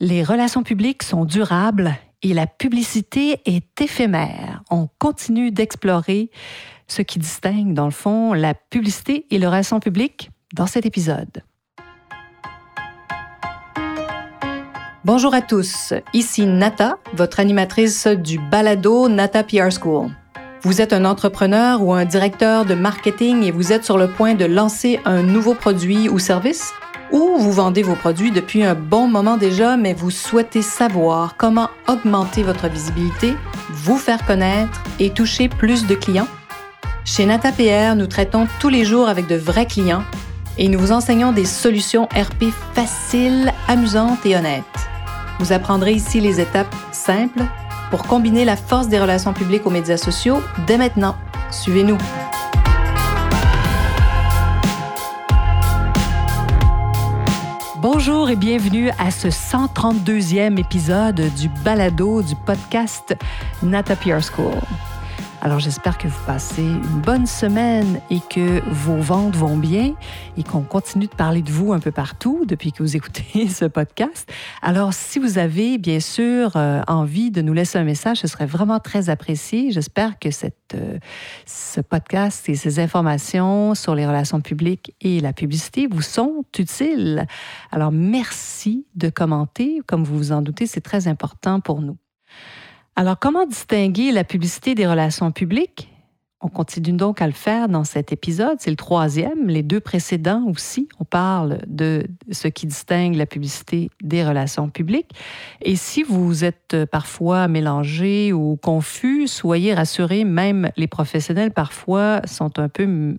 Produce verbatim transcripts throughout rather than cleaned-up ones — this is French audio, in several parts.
Les relations publiques sont durables et la publicité est éphémère. On continue d'explorer ce qui distingue, dans le fond, la publicité et les relations publiques dans cet épisode. Bonjour à tous, ici Nata, votre animatrice du balado Nata P R School. Vous êtes un entrepreneur ou un directeur de marketing et vous êtes sur le point de lancer un nouveau produit ou service? Ou vous vendez vos produits depuis un bon moment déjà, mais vous souhaitez savoir comment augmenter votre visibilité, vous faire connaître et toucher plus de clients? Chez Nata P R, nous traitons tous les jours avec de vrais clients et nous vous enseignons des solutions R P faciles, amusantes et honnêtes. Vous apprendrez ici les étapes simples pour combiner la force des relations publiques aux médias sociaux dès maintenant. Suivez-nous! Bonjour et bienvenue à ce cent trente-deuxième épisode du balado du podcast Nata P R School. Alors, j'espère que vous passez une bonne semaine et que vos ventes vont bien et qu'on continue de parler de vous un peu partout depuis que vous écoutez ce podcast. Alors, si vous avez, bien sûr, euh, envie de nous laisser un message, ce serait vraiment très apprécié. J'espère que cette, euh, ce podcast et ces informations sur les relations publiques et la publicité vous sont utiles. Alors, merci de commenter. Comme vous vous en doutez, c'est très important pour nous. Alors, comment distinguer la publicité des relations publiques? On continue donc à le faire dans cet épisode. C'est le troisième. Les deux précédents aussi, on parle de ce qui distingue la publicité des relations publiques. Et si vous êtes parfois mélangé ou confus, soyez rassurés, même les professionnels parfois sont un peu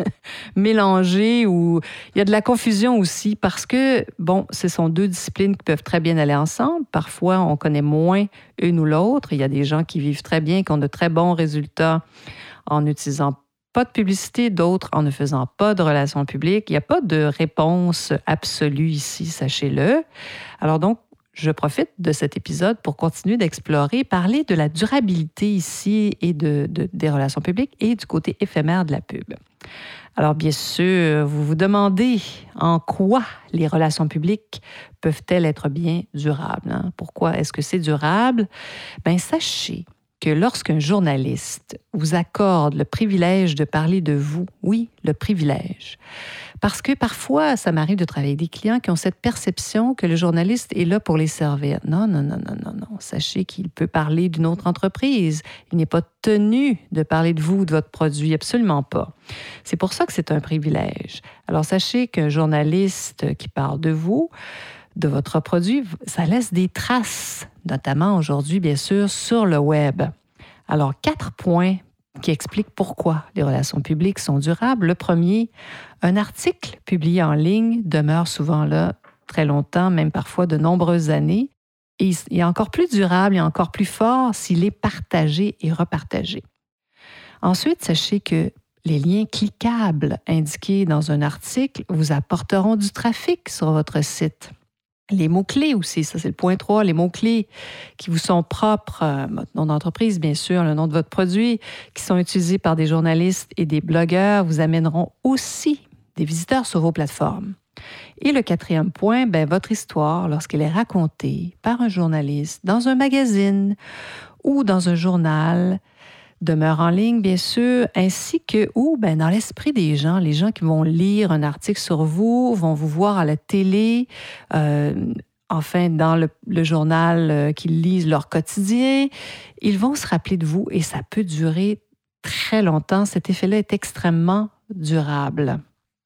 mélangés ou il y a de la confusion aussi parce que, bon, ce sont deux disciplines qui peuvent très bien aller ensemble. Parfois, on connaît moins une ou l'autre. Il y a des gens qui vivent très bien, qui ont de très bons résultats en n'utilisant pas de publicité, d'autres en ne faisant pas de relations publiques. Il n'y a pas de réponse absolue ici, sachez-le. Alors donc, je profite de cet épisode pour continuer d'explorer, parler de la durabilité ici et de, de, des relations publiques et du côté éphémère de la pub. Alors bien sûr, vous vous demandez en quoi les relations publiques peuvent-elles être bien durables? Hein? Pourquoi est-ce que c'est durable? Bien, sachez que lorsqu'un journaliste vous accorde le privilège de parler de vous, oui, le privilège, parce que parfois, ça m'arrive de travailler avec des clients qui ont cette perception que le journaliste est là pour les servir. Non, non, non, non, non, non. Sachez qu'il peut parler d'une autre entreprise. Il n'est pas tenu de parler de vous ou de votre produit, absolument pas. C'est pour ça que c'est un privilège. Alors, sachez qu'un journaliste qui parle de vous, de votre produit, ça laisse des traces, notamment aujourd'hui, bien sûr, sur le web. Alors, quatre points qui expliquent pourquoi les relations publiques sont durables. Le premier, un article publié en ligne demeure souvent là très longtemps, même parfois de nombreuses années. Et il est encore plus durable et encore plus fort s'il est partagé et repartagé. Ensuite, sachez que les liens cliquables indiqués dans un article vous apporteront du trafic sur votre site. Les mots-clés aussi, ça c'est le point trois, les mots-clés qui vous sont propres, euh, votre nom d'entreprise, bien sûr, le nom de votre produit, qui sont utilisés par des journalistes et des blogueurs, vous amèneront aussi des visiteurs sur vos plateformes. Et le quatrième point, bien, votre histoire, lorsqu'elle est racontée par un journaliste dans un magazine ou dans un journal, demeure en ligne, bien sûr, ainsi que ou ben, dans l'esprit des gens, les gens qui vont lire un article sur vous, vont vous voir à la télé, euh, enfin, dans le, le journal euh, qu'ils lisent leur quotidien, ils vont se rappeler de vous et ça peut durer très longtemps. Cet effet-là est extrêmement durable.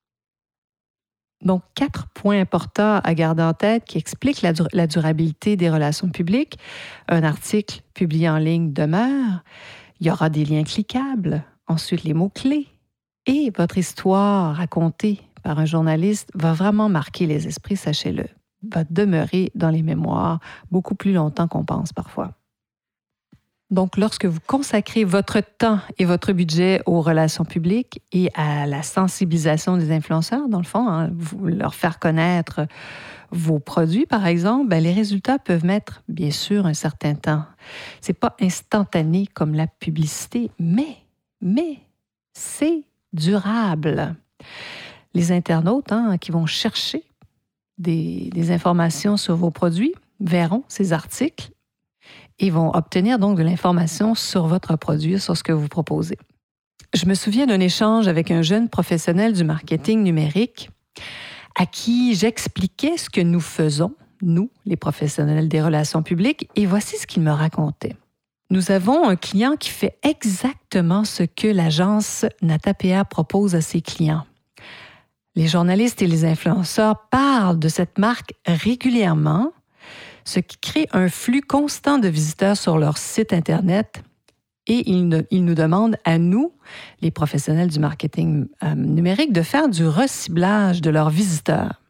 Donc, quatre points importants à garder en tête qui expliquent la, dur- la durabilité des relations publiques. Un article publié en ligne demeure. Il y aura des liens cliquables, ensuite les mots-clés. Et votre histoire racontée par un journaliste va vraiment marquer les esprits, sachez-le, va demeurer dans les mémoires beaucoup plus longtemps qu'on pense parfois. Donc, lorsque vous consacrez votre temps et votre budget aux relations publiques et à la sensibilisation des influenceurs, dans le fond, hein, vous leur faire connaître vos produits, par exemple, bien, les résultats peuvent mettre, bien sûr, un certain temps. Ce n'est pas instantané comme la publicité, mais, mais c'est durable. Les internautes hein, qui vont chercher des, des informations sur vos produits, verront ces articles et vont obtenir donc de l'information sur votre produit, sur ce que vous proposez. Je me souviens d'un échange avec un jeune professionnel du marketing numérique à qui j'expliquais ce que nous faisons, nous, les professionnels des relations publiques, et voici ce qu'il me racontait. Nous avons un client qui fait exactement ce que l'agence NataPR propose à ses clients. Les journalistes et les influenceurs parlent de cette marque régulièrement, ce qui crée un flux constant de visiteurs sur leur site Internet et ils, ne, ils nous demandent à nous, les professionnels du marketing euh, numérique, de faire du reciblage de leurs visiteurs.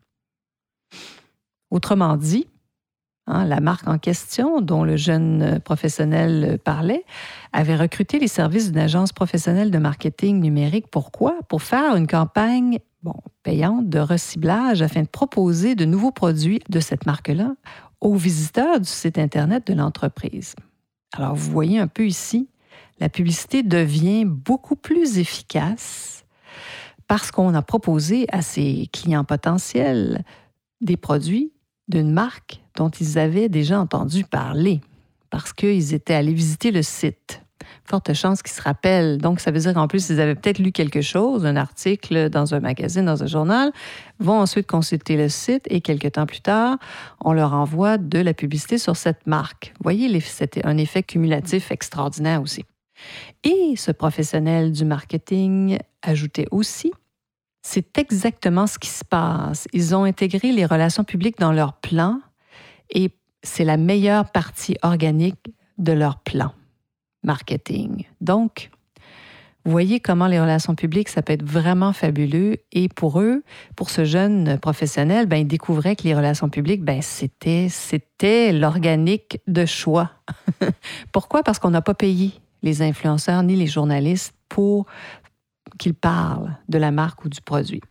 Autrement dit, hein, la marque en question, dont le jeune professionnel parlait, avait recruté les services d'une agence professionnelle de marketing numérique. Pourquoi? Pour faire une campagne bon, payante de reciblage afin de proposer de nouveaux produits de cette marque-là aux visiteurs du site Internet de l'entreprise. Alors, vous voyez un peu ici, la publicité devient beaucoup plus efficace parce qu'on a proposé à ses clients potentiels des produits d'une marque dont ils avaient déjà entendu parler parce qu'ils étaient allés visiter le site. Forte chance qu'ils se rappellent. Donc, ça veut dire qu'en plus, ils avaient peut-être lu quelque chose, un article dans un magazine, dans un journal, vont ensuite consulter le site et quelques temps plus tard, on leur envoie de la publicité sur cette marque. Vous voyez, c'était un effet cumulatif extraordinaire aussi. Et ce professionnel du marketing ajoutait aussi, c'est exactement ce qui se passe. Ils ont intégré les relations publiques dans leur plan et c'est la meilleure partie organique de leur plan marketing. Donc, vous voyez comment les relations publiques, ça peut être vraiment fabuleux. Et pour eux, pour ce jeune professionnel, ben, il découvrait que les relations publiques, ben, c'était, c'était l'organique de choix. Pourquoi? Parce qu'on n'a pas payé les influenceurs ni les journalistes pour qu'ils parlent de la marque ou du produit.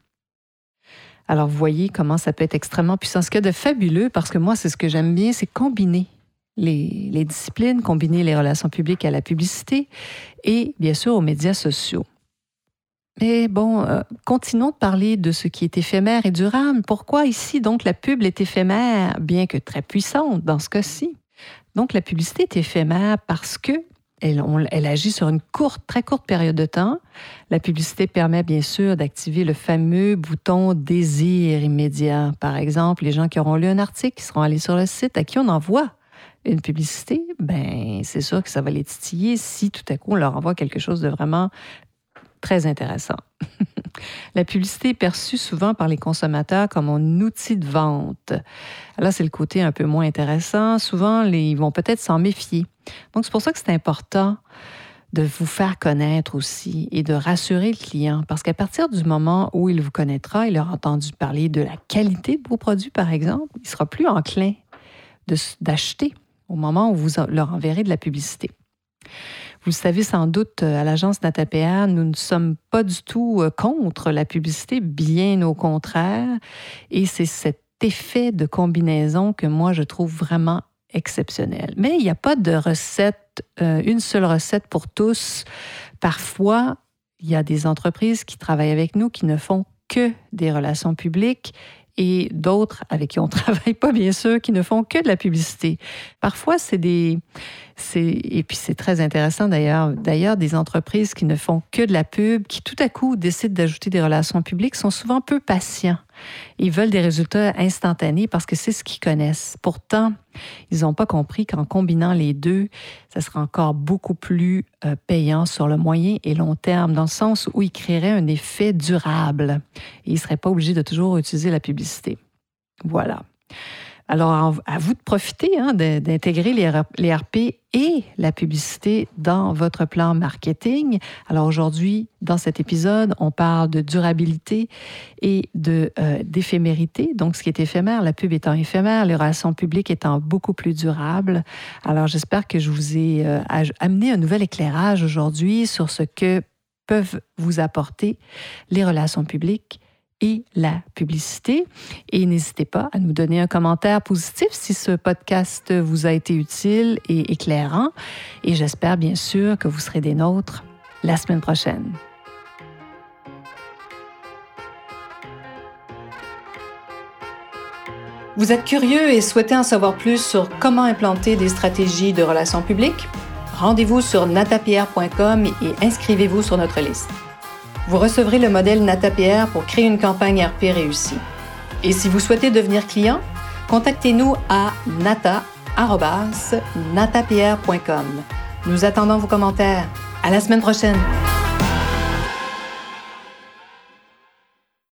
Alors, vous voyez comment ça peut être extrêmement puissant. Ce qu'il y a de fabuleux, parce que moi, c'est ce que j'aime bien, c'est combiner les, les disciplines, combiner les relations publiques à la publicité et, bien sûr, aux médias sociaux. Mais bon, euh, continuons de parler de ce qui est éphémère et durable. Pourquoi ici, donc, la pub est éphémère, bien que très puissante dans ce cas-ci? Donc, la publicité est éphémère parce que Elle, on, elle agit sur une courte, très courte période de temps. La publicité permet bien sûr d'activer le fameux bouton « désir immédiat ». Par exemple, les gens qui auront lu un article, qui seront allés sur le site, à qui on envoie une publicité, ben c'est sûr que ça va les titiller si tout à coup on leur envoie quelque chose de vraiment très intéressant. La publicité est perçue souvent par les consommateurs comme un outil de vente. Là, c'est le côté un peu moins intéressant. Souvent, les, ils vont peut-être s'en méfier. Donc, c'est pour ça que c'est important de vous faire connaître aussi et de rassurer le client. Parce qu'à partir du moment où il vous connaîtra, il aura entendu parler de la qualité de vos produits, par exemple, il sera plus enclin de, d'acheter au moment où vous leur enverrez de la publicité. Vous le savez sans doute, à l'agence NataPR, nous ne sommes pas du tout contre la publicité, bien au contraire. Et c'est cet effet de combinaison que moi, je trouve vraiment exceptionnel. Mais il n'y a pas de recette, euh, une seule recette pour tous. Parfois, il y a des entreprises qui travaillent avec nous qui ne font que des relations publiques et d'autres avec qui on ne travaille pas, bien sûr, qui ne font que de la publicité. Parfois, c'est des... C'est, et puis, c'est très intéressant d'ailleurs. D'ailleurs, des entreprises qui ne font que de la pub, qui tout à coup décident d'ajouter des relations publiques, sont souvent peu patients. Ils veulent des résultats instantanés parce que c'est ce qu'ils connaissent. Pourtant, ils n'ont pas compris qu'en combinant les deux, ça sera encore beaucoup plus euh, payant sur le moyen et long terme, dans le sens où ils créeraient un effet durable. Et ils ne seraient pas obligés de toujours utiliser la publicité. Voilà. Alors, à vous de profiter hein, d'intégrer les R P et la publicité dans votre plan marketing. Alors aujourd'hui, dans cet épisode, on parle de durabilité et de, euh, d'éphémérité. Donc, ce qui est éphémère, la pub étant éphémère, les relations publiques étant beaucoup plus durables. Alors, j'espère que je vous ai euh, amené un nouvel éclairage aujourd'hui sur ce que peuvent vous apporter les relations publiques et la publicité. Et n'hésitez pas à nous donner un commentaire positif si ce podcast vous a été utile et éclairant. Et j'espère bien sûr que vous serez des nôtres la semaine prochaine. Vous êtes curieux et souhaitez en savoir plus sur comment implanter des stratégies de relations publiques? Rendez-vous sur natapierre point com et inscrivez-vous sur notre liste. Vous recevrez le modèle NataPR pour créer une campagne R P réussie. Et si vous souhaitez devenir client, contactez-nous à nata arobase natapierre point com. Nous attendons vos commentaires. À la semaine prochaine!